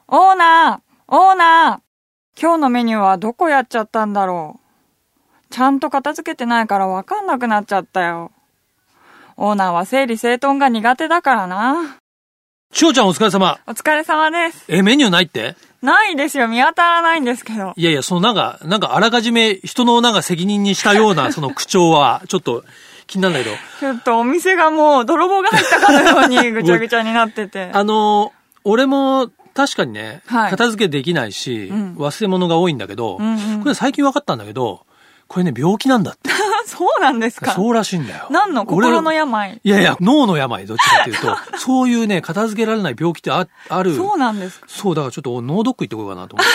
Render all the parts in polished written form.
オーナー、今日のメニューはどこやっちゃったんだろう。ちゃんと片付けてないからわかんなくなっちゃったよ。オーナーは整理整頓が苦手だからな。 千代ちゃんお疲れ様。 お疲れ様です。 メニューないって？ ないですよ。見当たらないんですけど。 いや、そのなんかあらかじめ人の責任にしたようなその口調はちょっと気になるんだけど。 ちょっとお店がもう泥棒が入ったかのようにぐちゃぐちゃになってて。 俺も確かにね、 はい、 片付けできないし、忘れ物が多いんだけど、これ最近分かったんだけど、これね、病気なんだって。 そうなんですか？ そうらしいんだよ。 何の心の病？ いや、脳の病、どっちかっていうと、そういうね、片付けられない病気ってある。 そうなんですか？ そう、だからちょっと脳ドック行ってこようかなと思って。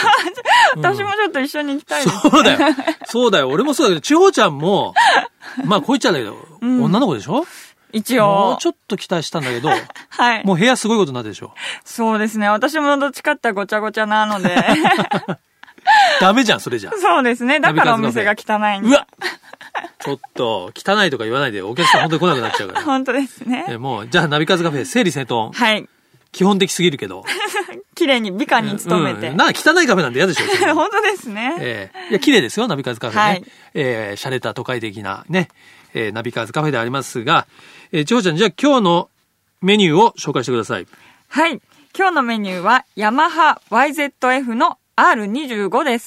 私もちょっと一緒に行きたいです、ね。 そうだよ。俺もそうだけど、千穂ちゃんも、まあ、こう言っちゃうんだけど、女の子でしょ？ 一応。 もうちょっと期待したんだけど、 はい。 もう部屋すごいことになってるでしょ？そうですね。私もどっちかってごちゃごちゃなので。 ダメじゃん、それじゃ。 そうですね。だからお店が汚いんだ。 うわちょっと、汚いとか言わないで、お客さん本当に来なくなっちゃうから。 本当ですね。 もう、じゃあ、ナビカズカフェ、整理整頓。 はい。 基本的すぎるけど。 綺麗に美化に努めて。 汚いカフェなんて嫌でしょ。 本当ですね。 いや、綺麗ですよ、ナビカズカフェね。 はい。 洒落た都会的なね、ナビカズカフェでありますが、千穂ちゃん、じゃあ今日のメニューを紹介してください。 はい。今日のメニューは、ヤマハ YZF の R25 です。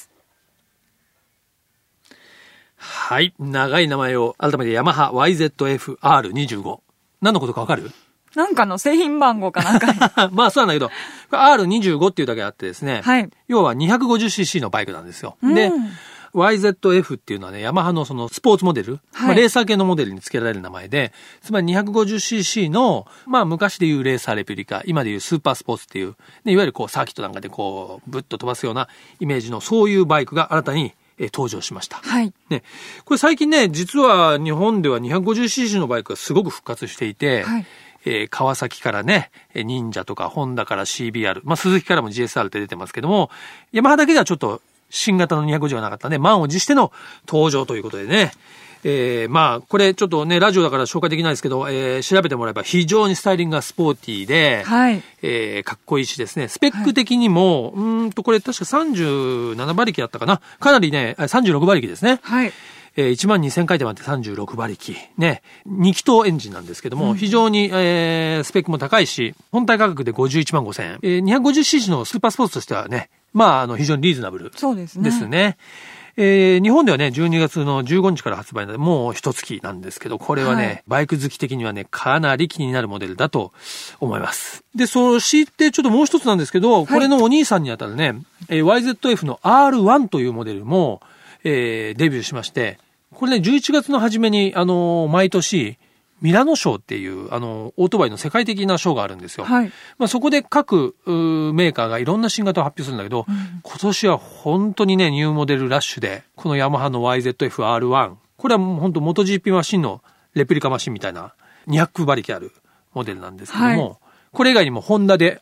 はい。長い名前を改めてヤマハ YZF R25。何のことかわかる？ なんかの製品番号かなんか。 まあそうなんだけど、R25 っていうだけあってですね。 はい。 要は 250cc のバイクなんですよ。で、YZF っていうのはね、ヤマハのそのスポーツモデル、 はい、 レーサー系のモデルに付けられる名前で、つまり 250cc の、まあ昔でいうレーサーレプリカ、今でいうスーパースポーツっていう、ね、いわゆるこうサーキットなんかでこう、ぶっと飛ばすようなイメージのそういうバイクが新たに登場しました。 はい。 ね、これ最近ね、実は日本では 250cc のバイクがすごく復活していて、 はい、 川崎からね、忍者とかホンダから CBR、まあ鈴木からも GSR って出てますけども、ヤマハだけではちょっと新型の250がなかったんで、満を持しての登場ということでね。まあ、これちょっとね、ラジオだから紹介できないですけど、調べてもらえば非常にスタイリングがスポーティーで、 はい。 かっこいいしですね、スペック的にも、はい、これ確か37馬力だったかな。かなりね、36馬力ですね。 はい。 12000回転まで36馬力。ね。2気筒エンジンなんですけども、非常に、スペックも高いし、本体価格で51万5000円。250cc のスーパースポーツとしてはね、まあ、非常にリーズナブル。 そうですね。 ですね。日本ではね、12月の15日から発売なので、もう一月なんですけど、これはね、はい、バイク好き的にはね、かなり気になるモデルだと思います。で、そしてちょっともう一つなんですけど、はい、これのお兄さんにあたるね、YZF の R1 というモデルも、デビューしまして、これね、11月の初めに、毎年、ミラノショーっていう、オートバイの世界的なショーがあるんですよ。 はい。 まあ、そこで各メーカーがいろんな新型を発表するんだけど、今年は本当にね、ニューモデルラッシュで、このヤマハの YZF-R1、これはもう本当 MotoGP マシンのレプリカマシンみたいな200馬力あるモデルなんですけども、はい、これ以外にもホンダで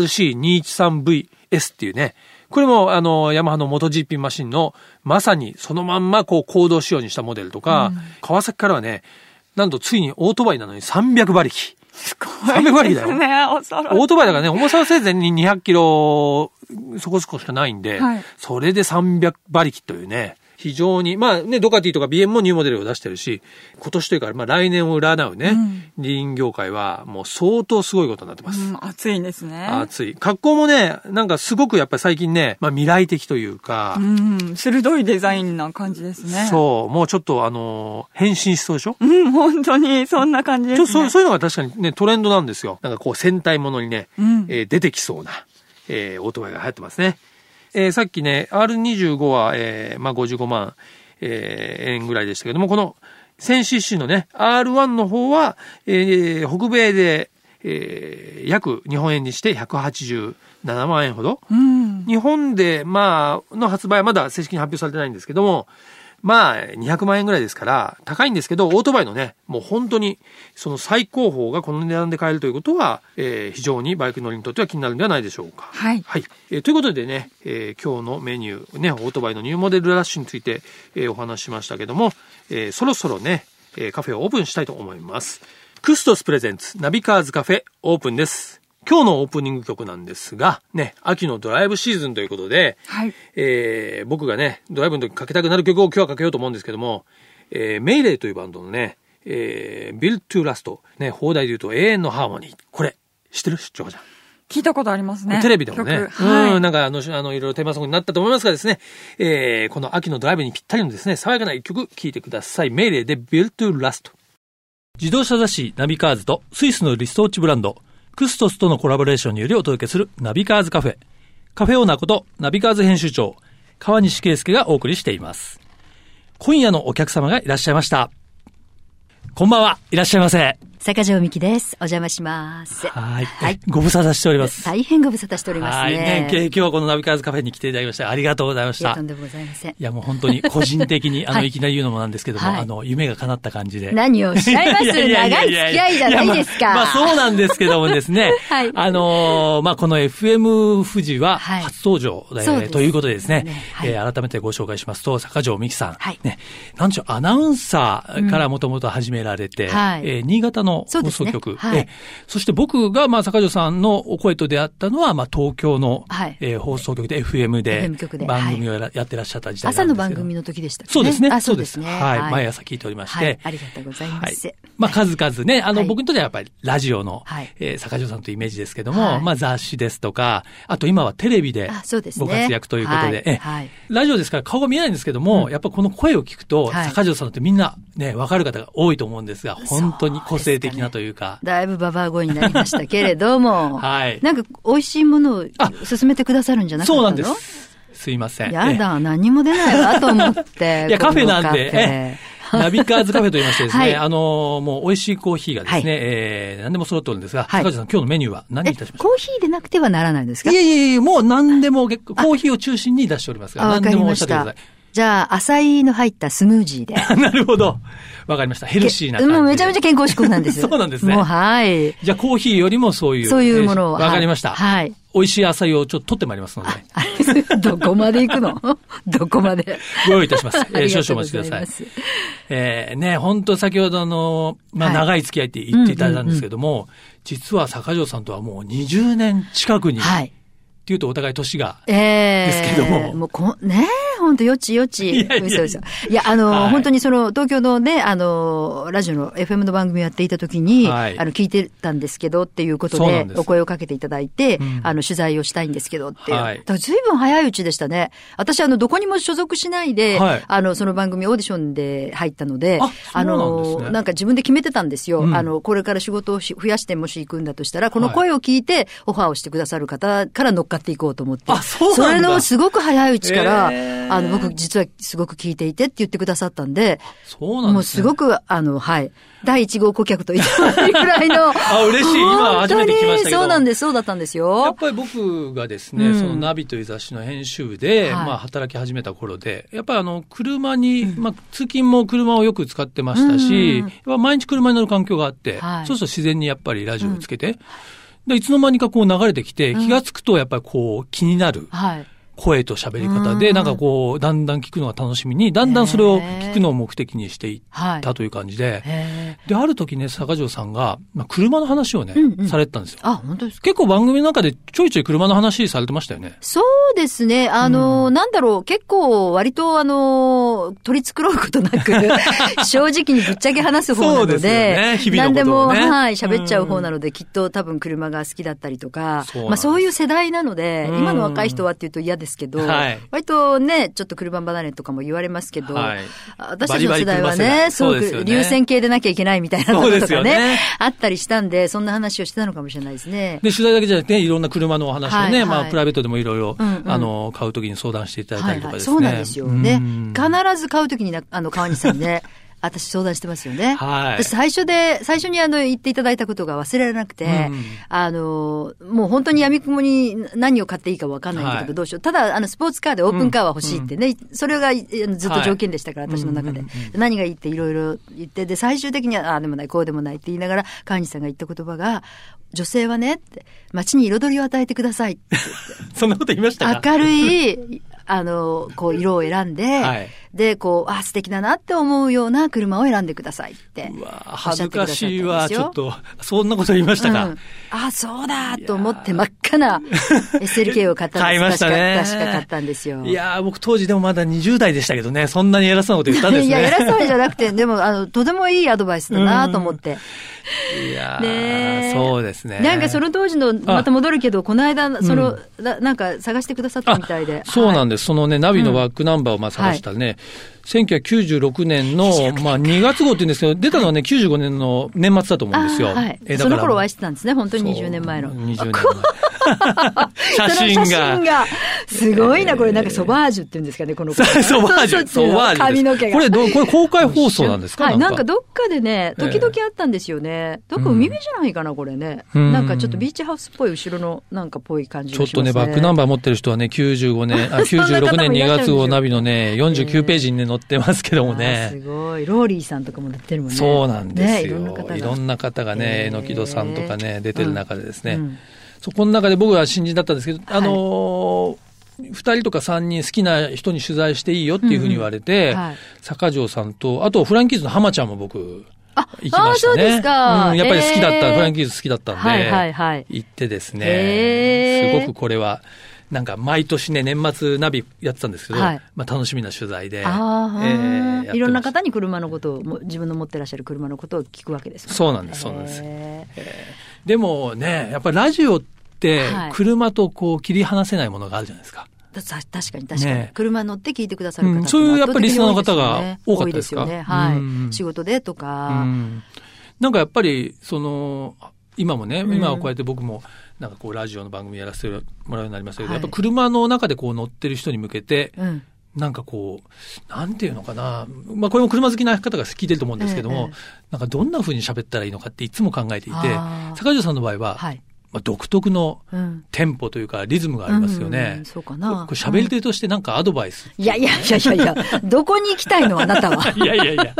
RC213VS っていうね、これもヤマハの MotoGP マシンのまさにそのまんまこう行動仕様にしたモデルとか、川崎からはね、なんとついにオートバイなのに300馬力。 すごい。 300馬力だよ。 ね、 オートバイだからね、重さはせいぜいに200キロそこそこしかないんで、 はい、 それで300馬力というね、非常に、まあね、ドカティとか BM もニューモデルを出してるし、今年というか、まあ来年を占うね、リーン業界はもう相当すごいことになってます。 熱いんですね。 熱い。格好もね、なんかすごくやっぱり最近ね、まあ未来的というか、 鋭いデザインな感じですね。 そう、もうちょっと変身しそうでしょ？ 本当にそんな感じですね。 そういうのが確かにね、トレンドなんですよ。なんかこう戦隊ものにね、出てきそうな、オートバイが流行ってますね。さっきね、R25 は、まあ、55万、円ぐらいでしたけども、この 1000cc のね、R1 の方は、北米で、約日本円にして187万円ほど。日本で、まあ、の発売はまだ正式に発表されてないんですけども、まあ、200万円ぐらいですから、高いんですけど、オートバイのね、もう本当に、その最高峰がこの値段で買えるということは、非常にバイク乗りにとっては気になるんではないでしょうか。 はい。 はい。ということでね、今日のメニュー、ね、オートバイのニューモデルラッシュについて、お話ししましたけども、そろそろね、カフェをオープンしたいと思います。クストスプレゼンツ、ナビカーズカフェ、オープンです。 今日のオープニング曲なんですが、ね、秋のドライブシーズンということで、 はい。 僕がね、ドライブの時かけたくなる曲を今日はかけようと思うんですけども、メイレイというバンドのね、Built to Last、ね、放題で言うと永遠のハーモニー。これ、知ってる？ちょこちゃん。 聞いたことありますね。 テレビでもね。 はい。 なんかいろいろテーマソングになったと思いますがですね、この秋のドライブにぴったりのですね、爽やかな一曲聴いてください。メイレイで Built to Last。自動車雑誌ナビカーズとスイスのリソーチブランド、クストスとのコラボレーションによりお届けするナビカーズカフェ。カフェオーナーことナビカーズ編集長、川西圭介がお送りしています。今夜のお客様がいらっしゃいました。こんばんは、いらっしゃいませ。 坂上美希です。お邪魔します。 はい。ご無沙汰しております。 大変ご無沙汰しておりますね。 はい。今日はこのナビカーズカフェに来ていただきましてありがとうございました。 とんでもございません。 いやもう本当に個人的にいきなり言うのもなんですけども、夢が叶った感じで。 何をおっしゃいます長い付き合いじゃないですか。 まあそうなんですけどもですね。はい。この FM 富士は初登場ということでですね。改めてご紹介しますと、坂上美希さん。はい。ね。なんでしょう、アナウンサーからもともと始められて、新潟の放送局。はい。そして僕が、坂上さんのお声と出会ったのは、東京の、放送局で FM で番組をやってらっしゃった時代なんですけど。 朝の番組の時でしたっけね。 そうですね。 そうですね。 はい。毎朝聞いておりまして。 ありがとうございます。 数々ね、僕にとってはやっぱりラジオの、坂上さんというイメージですけども、雑誌ですとか、あと今はテレビでご活躍ということで、ラジオですから顔が見えないんですけども、やっぱこの声を聞くと、坂上さんってみんなね、わかる方が多いと思うんですが、本当に個性的なというか。 だいぶババア声になりましたけれども、なんか美味しいものを勧めてくださるんじゃなかったの？ そうなんです。すいません。 やだ、何も出ないわと思って。 いや、カフェなんで、ナビカーズカフェと言いましてですね、もう美味しいコーヒーがですね、何でも揃っておるんですが、坂上さん今日のメニューは何にいたしましょう？ コーヒーでなくてはならないんですか？ いえ、もう何でもコーヒーを中心に出しておりますが、何でもおっしゃってください。 じゃあ、アサイの入ったスムージーで。 なるほど。わかりました。ヘルシーな感じで。 もうめちゃめちゃ健康志向なんですよ。 そうなんですね。 もうはい。 じゃあ、コーヒーよりもそういうものを。 わかりました。 はい。 美味しいアサイをちょっと取ってまいりますので。 どこまで行くの？どこまで。 ご用意いたします。少々お待ちください。ね、本当先ほど長い付き合いって言っていただいたんですけども、実は坂上さんとはもう20年近くに。はい。っていうとお互い年が、ですけども。 もうねえ、ほんとよち。いや、本当に東京のね、ラジオの FM の番組をやっていた時に、聞いてたんですけどっていうことで、お声をかけていただいて、取材をしたいんですけどって。ずいぶん早いうちでしたね。私、どこにも所属しないで、その番組オーディションで入ったので、なんか自分で決めてたんですよ。これから仕事を増やしてもし行くんだとしたら、この声を聞いて、オファーをしてくださる方から乗っかっていこうと思って。それのすごく早いうちから、僕実はすごく聞いていてって言ってくださったんで、もうすごく、第1号顧客と言ってもいいくらいの。 嬉しい。今初めて来ましたけど。 そうなんです。そうだったんですよ。 やっぱり僕がですね、そのナビという雑誌の編集部で、働き始めた頃で、やっぱり車に、通勤も車をよく使ってましたし、毎日車に乗る環境があって、そうすると自然にやっぱりラジオをつけて、でいつの間にかこう流れてきて、気がつくとやっぱりこう気になる声と喋り方で、なんかこうだんだん聞くのが楽しみに、だんだんそれを聞くのを目的にしていったという感じで、である時ね、坂上さんが車の話をね、されてたんですよ。 本当ですか？ 結構番組の中でちょいちょい車の話されてましたよね。 そうですね。なんだろう、結構割と取り繕うことなく正直にぶっちゃけ話す方なので、何でも喋っちゃう方なので、きっと多分車が好きだったりとか、そういう世代なので、今の若い人はっていうと嫌ですけど、割とね、ちょっと車離れとかも言われますけど、私たちの世代はね、すごく流線形でなきゃいけないみたいなこととかね、あったりしたんで、そんな話をしてたのかもしれないですね。 で、取材だけじゃなくて、いろんな車のお話をね、プライベートでもいろいろ、買うときに相談していただいたりとかですね。 そうなんですよね。必ず買うときに川西さんね、私相談してますよね。私最初に言っていただいたことが忘れられなくて、もう本当に闇雲に何を買っていいか分かんないんだけどどうしよう。ただ、スポーツカーでオープンカーは欲しいってね、それがずっと条件でしたから、私の中で。何がいいっていろいろ言って、で、最終的には、でもない、こうでもないって言いながら、川西さんが言った言葉が、女性はね、って、街に彩りを与えてくださいって言って。 そんなこと言いましたか？ 明るい、 こう色を選んで、はい、で、こう、素敵だなって思うような車を選んでくださいって。 うわ、恥ずかしいわ、ちょっと、そんなこと言いましたか。 そうだと思って真っ赤な SLK を買ったんです。 買いましたね。 確か買ったんですよ。 いやー、僕当時でもまだ20代でしたけどね、そんなに偉そうなこと言ったんですね。 いや、偉そうじゃなくて、でも、とてもいいアドバイスだなと思って。 いやー、そうですね。 なんかその当時の、また戻るけど、この間、なんか探してくださったみたいで。 そうなんです。そのね、ナビのバックナンバーを探したらね、1996年の、2月号って言うんですけど、出たのはね、95年の年末だと思うんですよ。 はい。その頃お会いしてたんですね、本当に20年前の。 20年前。写真が。 すごいな、これなんかソバージュって言うんですかね、この子。 ソバージュ。 髪の毛が。 これ公開放送なんですか？ はい、なんかどっかでね、時々あったんですよね。どっか海辺じゃないかな、これね。なんかちょっとビーチハウスっぽい後ろのなんかっぽい感じがしますね。 ちょっとね、バックナンバー持ってる人はね、96年2月号ナビのね、49ページにね、載ってますけどもね。 すごい。ローリーさんとかも出てるもんね。 そうなんですよ。 いろんな方がね、榎戸さんとかね、出てる中でですね。そこの中で僕は新人だったんですけど、2人とか3人好きな人に取材していいよっていうふうに言われて、坂上さんと、あとフランキーズの浜ちゃんも僕、行きましたね。 そうですか。 やっぱり好きだった、フランキーズ好きだったんで、行ってですね、すごくこれは、なんか毎年ね、年末ナビやってたんですけど、楽しみな取材で。 いろんな方に車のことを、自分の持ってらっしゃる車のことを聞くわけですね。 そうなんです、そうなんです。でもね、やっぱりラジオって車とこう切り離せないものがあるじゃないですか。 確かに確かに。車乗って聞いてくださる方そういうやっぱりリスナーの方が多かったですか？ 多いですよね。はい。仕事でとか。 なんかやっぱり、今もね、今はこうやって僕も、なんかこうラジオの番組やらせてもらうようになりましたけど、やっぱ車の中でこう乗ってる人に向けて、なんかこう、なんていうのかな。これも車好きな方が聞いてると思うんですけども、なんかどんな風に喋ったらいいのかっていつも考えていて、坂上さんの場合は、独特のテンポというかリズムがありますよね。 そうかな。 これ喋り手としてなんかアドバイス。 いや、どこに行きたいのあなたは。 いや。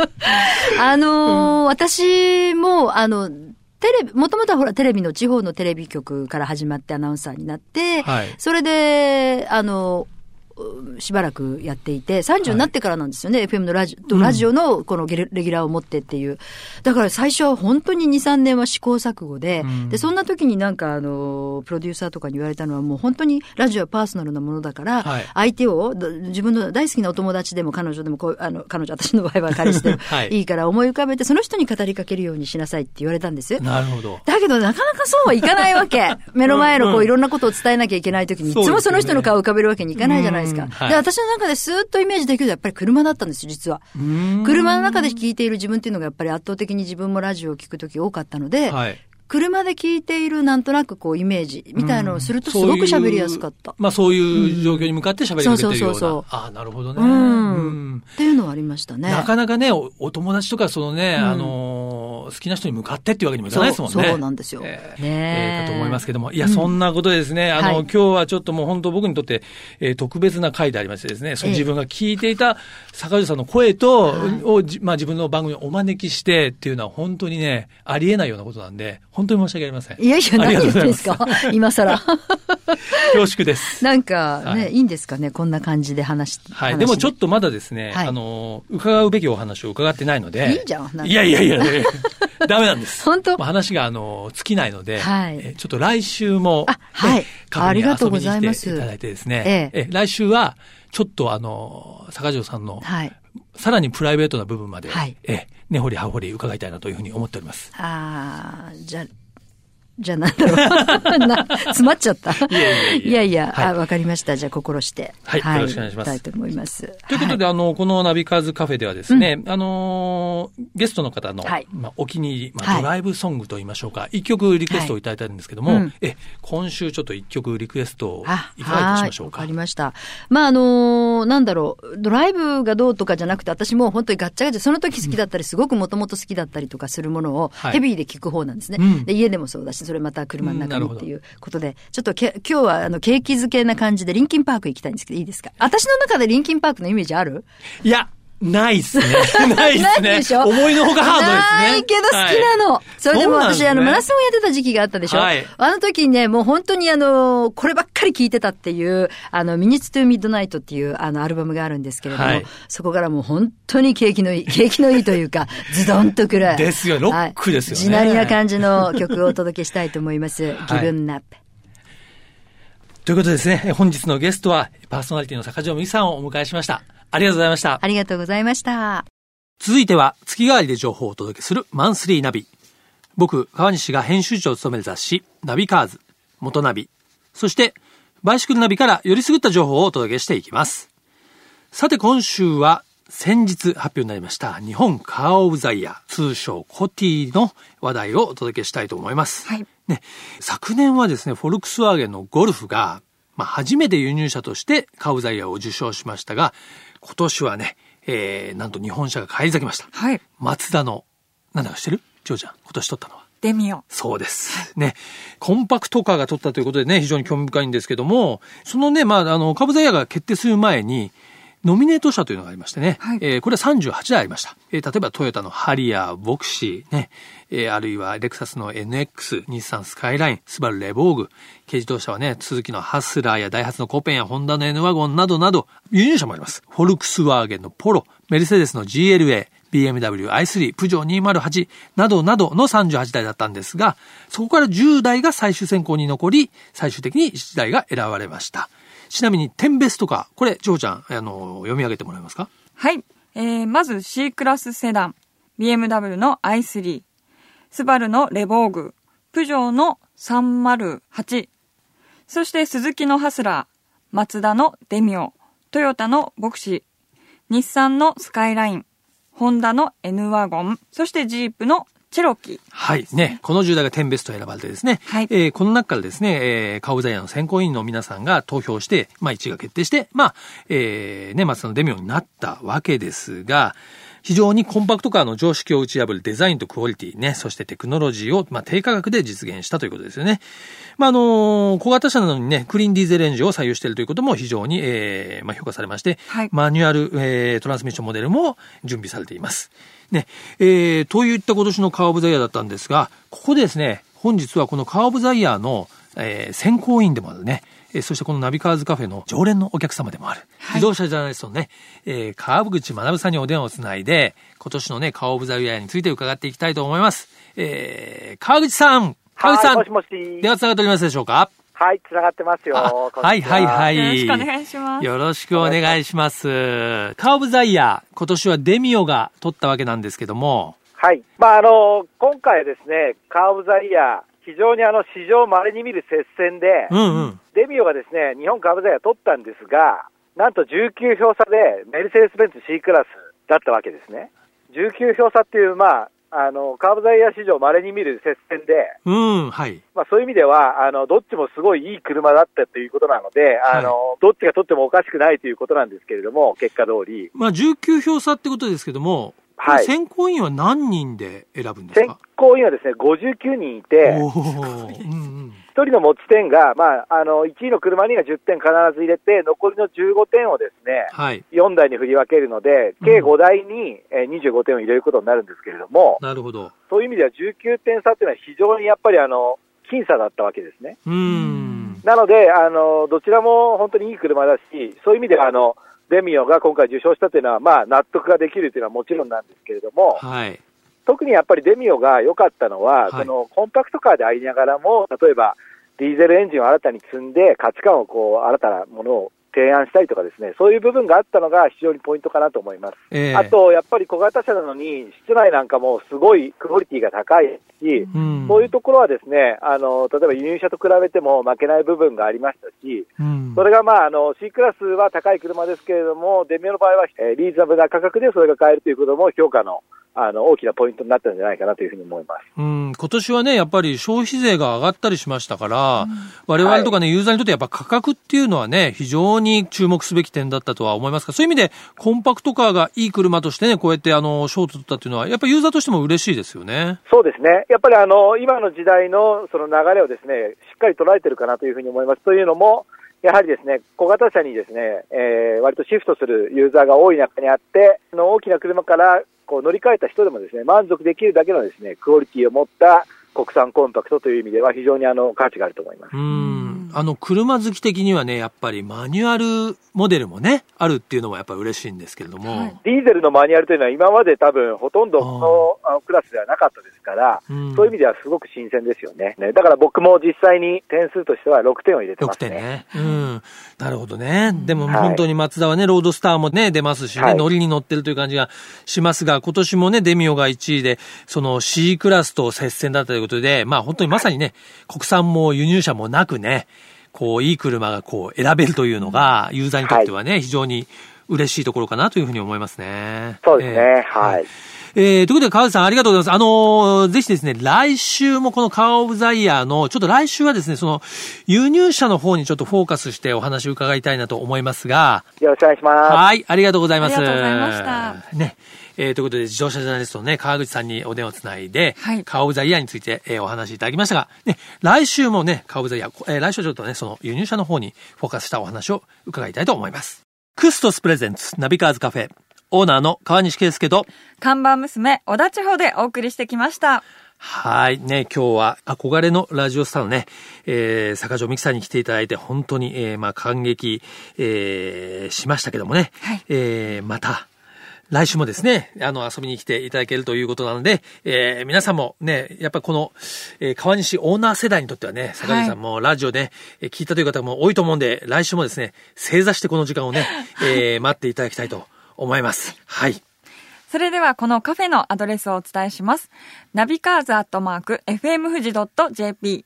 私も、もともとはほらテレビの地方のテレビ局から始まってアナウンサーになって、それで、しばらくやっていて、30になってからなんですよね、FM のラジオのこのレギュラーを持ってっていう。だから最初は本当に2、3年は試行錯誤で、で、そんな時になんかプロデューサーとかに言われたのはもう本当にラジオはパーソナルなものだから、相手を、自分の大好きなお友達でも彼女でも彼女、私の場合は彼氏でもいいから思い浮かべて、その人に語りかけるようにしなさいって言われたんです。 なるほど。 だけどなかなかそうはいかないわけ。目の前のこういろんなことを伝えなきゃいけない時に、いつもその人の顔を浮かべるわけにいかないじゃないですか。で、私の中でスーッとイメージできるとやっぱり車だったんですよ、実は。車の中で聞いている自分っていうのがやっぱり圧倒的に自分もラジオを聞くとき多かったので、車で聞いているなんとなくこうイメージみたいなのをするとすごく喋りやすかった。 そういう状況に向かって喋りかけてるような。そう。なるほどね。 っていうのはありましたね。 なかなかね、お友達とか好きな人に向かってっていうわけにもいかないですもんね。 そうなんですよ。 かと思いますけども。いや、そんなことでですね、今日はちょっともう本当僕にとって、特別な回でありましてですね、自分が聞いていた坂上さんの声と、自分の番組をお招きしてっていうのは本当にね、ありえないようなことなんで、本当に申し訳ありません。 いや、何言ってんですか今更。 恐縮です。 なんかね、いいんですかね、こんな感じで話して。 はい。でもちょっとまだですね、伺うべきお話を伺ってないので。 いいじゃん。 いや、ダメなんです。 本当？ 話が尽きないので、ちょっと来週も、 ありがとうございます。 いただいてですね、来週はちょっと坂上さんの、さらにプライベートな部分まで、根掘り葉掘り伺いたいなというふうに思っております。 じゃあなんだろう。詰まっちゃった。いや、わかりました。じゃあ心して。 よろしくお願いします。 たいと思います。 ということで、このナビカーズカフェではですね、ゲストの方の、お気に入り、ドライブソングと言いましょうか、一曲リクエストをいただいたんですけども、今週ちょっと一曲リクエストをいかがいたしましょうか。 わかりました。なんだろう、ドライブがどうとかじゃなくて、私も本当にガッチャガチャ、その時好きだったり、すごくもともと好きだったりとかするものを、ヘビーで聞く方なんですね。で、家でもそうだし、それまた車の中にっていうことで、ちょっと今日は景気づけな感じでリンキンパーク行きたいんですけど、いいですか？私の中でリンキンパークのイメージある？ いや、 ないっすね。ないっすね。 でしょ。 思いのほかハードですね。 ないけど好きなの。はい、それでも私、マラソンやってた時期があったでしょ。はい、あの時にね、もう本当にこればっかり聴いてたっていう、Minutes to Midnight っていうアルバムがあるんですけれども、はい、そこからもう本当に景気のいいというか、ズドンとくる。 ですよ、ロックですよね。 地鳴りな感じの曲をお届けしたいと思います。Given Up。 ということでですね、本日のゲストは、パーソナリティの坂上美さんをお迎えしました。ありがとうございました。 ありがとうございました。 続いては、月替わりで情報をお届けするマンスリーナビ。僕、川西が編集長を務める雑誌、ナビカーズ、元ナビ、そして、バイシクルナビからよりすぐった情報をお届けしていきます。さて今週は、先日発表になりました、日本カーオブザイヤー、通称コティの話題をお届けしたいと思います。 はい。 ね、昨年はですね、フォルクスワーゲンのゴルフが、初めて輸入車としてカーオブザイヤーを受賞しましたが、今年はね、なんと日本車が返り咲きました。 はい。 マツダの、なんだか知ってる？ジョーちゃん、今年取ったのは。 デミオ。 そうです。ね。コンパクトカーが取ったということでね、非常に興味深いんですけども、そのね、カーブザイヤーが決定する前に、ノミネート車というのがありましてね。はい。これは38台ありました。例えばトヨタのハリアー、ボクシー、ね。あるいはレクサスの NX、日産スカイライン、スバルレボーグ、軽自動車はね、スズキのハスラーやダイハツのコペンやホンダの N ワゴンなどなど、輸入車もあります。フォルクスワーゲンのポロ、メルセデスの GLA、BMW i3、プジョー208などなどの38台だったんですが、そこから10台が最終選考に残り、最終的に1台が選ばれました。ちなみに10ベストカー、これ、ジョーちゃん、読み上げてもらえますか？ はい。まず C クラスセダン、BMW の i3、スバルのレボーグ、プジョーの308、そしてスズキのハスラー、マツダのデミオ、トヨタのボクシー、日産のスカイライン、ホンダの N ワゴン、そしてジープのチェロキー。 はいね。この10台が10ベスト選ばれてですね。はい。この中からですね、カーオブザイヤーの選考委員の皆さんが投票して、1位が決定して、マツダのデミオになったわけですが、非常にコンパクトカーの常識を打ち破るデザインとクオリティね、そしてテクノロジーを、低価格で実現したということですよね。小型車なのにね、クリーンディーゼルエンジンを採用しているということも非常に、評価されまして、はい、マニュアル、トランスミッションモデルも準備されています。ね、といった今年のカーオブザイヤーだったんですが、ここでですね、本日はこのカーオブザイヤーの、選考委員でもあるね、そしてこのナビカーズカフェの常連のお客様でもある、はい、自動車ジャーナリストのね、川口学さんにお電話をつないで、今年のね、カーオブザイヤーについて伺っていきたいと思います。川口さん、 はい、もしもし。 電話つながっておりますでしょうか？ はい、つながってますよ。 はいはいはい。 よろしくお願いします。 よろしくお願いします。カーオブザイヤー、今年はデミオが取ったわけなんですけども。 はい。今回ですね、カーオブザイヤー、非常に史上稀に見る接戦で、デミオがですね、日本カーオブザイヤー取ったんですが、なんと19票差でメルセデス・ベンツ C クラスだったわけですね。19票差っていう、カーブザイヤー史上稀に見る接戦で、 はい。 そういう意味では、どっちもすごいいい車だったということなので、はい、どっちが取ってもおかしくないということなんですけれども、結果通り。 19票差ってことですけども、はい。選考委員は何人で選ぶんですか？選考委員はですね、59人いて、1人の持ち点が、1位の車には10点必ず入れて、残りの15点をですね、はい、4台に振り分けるので、計5台に25点を入れることになるんですけれども、 なるほど。 そういう意味では19点差というのは非常にやっぱり僅差だったわけですね。なので、どちらも本当にいい車だし、そういう意味ではデミオが今回受賞したというのは、納得ができるというのはもちろんなんですけれども、はい、特にやっぱりデミオが良かったのは、はい、コンパクトカーでありながらも、例えばディーゼルエンジンを新たに積んで価値観を新たなものを提案したりとかですね、そういう部分があったのが非常にポイントかなと思います。あと、やっぱり小型車なのに、室内なんかもすごいクオリティが高いし、そういうところはですね、例えば輸入車と比べても負けない部分がありましたし、それがC クラスは高い車ですけれども、デミオの場合はリーズナブルな価格でそれが買えるということも評価の大きなポイントになったんじゃないかなというふうに思います。 今年はね、やっぱり消費税が上がったりしましたから、我々とかね、ユーザーにとってやっぱ価格っていうのはね、非常に注目すべき点だったとは思いますが、そういう意味でコンパクトカーがいい車としてね、こうやって賞を取ったっていうのは、やっぱりユーザーとしても嬉しいですよね。 そうですね。やっぱり今の時代のその流れをですね、しっかり捉えてるかなというふうに思います。というのも、 やはりですね、小型車にですね、割とシフトするユーザーが多い中にあって、大きな車からこう乗り換えた人でもですね、満足できるだけのですね、クオリティを持った国産コンパクトという意味では非常に価値があると思います。 車好き的にはね、やっぱりマニュアルモデルもね、あるっていうのもやっぱり嬉しいんですけれども、はい、 ディーゼルのマニュアルというのは今まで多分ほとんどこのクラスではなかったですから、そういう意味ではすごく新鮮ですよね。だから僕も実際に点数としては6点を入れてますね。 6点ね。なるほどね。でも本当にマツダはね、ロードスターもね、出ますしね、乗りに乗ってるという感じがしますが、今年もね、デミオが1位で、その C クラスと接戦だったということで、まあ本当にまさにね、国産も輸入車もなくね、こう、いい車がこう、選べるというのが、ユーザーにとってはね、非常に嬉しいところかなというふうに思いますね。 そうですね。はい。 ということで、川内さんありがとうございます。ぜひですね、来週もこのカーオブザイヤーの、ちょっと来週はですね、その、輸入車の方にちょっとフォーカスしてお話を伺いたいなと思いますが。 よろしくお願いします。 はい、ありがとうございます。 ありがとうございました。 ね。ということで、自動車ジャーナリストのね、川口さんにお電話つないで、はい、カーオブザイヤーについて、お話しいただきましたが、ね、来週もね、カーオブザイヤー、来週ちょっとね、その輸入車の方にフォーカスしたお話を伺いたいと思います。クストスプレゼンツナビカーズカフェ、オーナーの川西圭介と、 看板娘、小田地方でお送りしてきました。 はい。ね、今日は憧れのラジオスターのね、坂上美希さんに来ていただいて、本当に、感激、しましたけどもね、はい、また、来週もですね、遊びに来ていただけるということなので、皆さんもね、やっぱりこの、川西オーナー世代にとってはね、坂上さんもラジオで聞いたという方も多いと思うんで、来週もですね、正座してこの時間をね、待っていただきたいと思います。はい。 それではこのカフェのアドレスをお伝えします。ナビカーズ@fmfuji.jp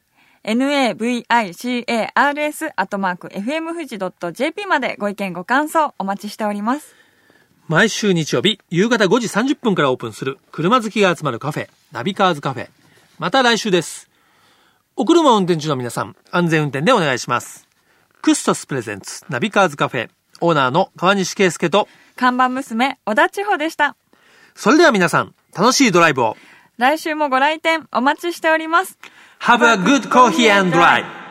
navicars@fmfuji.jp までご意見ご感想お待ちしております。 毎週日曜日夕方5時30分からオープンする車好きが集まるカフェ、ナビカーズカフェ。また来週です。お車運転中の皆さん、安全運転でお願いします。クストスプレゼンツナビカーズカフェ、オーナーの川西圭介と看板娘小田千穂でした。 それでは皆さん、楽しいドライブを。 来週もご来店お待ちしております。 Have a good coffee and drive.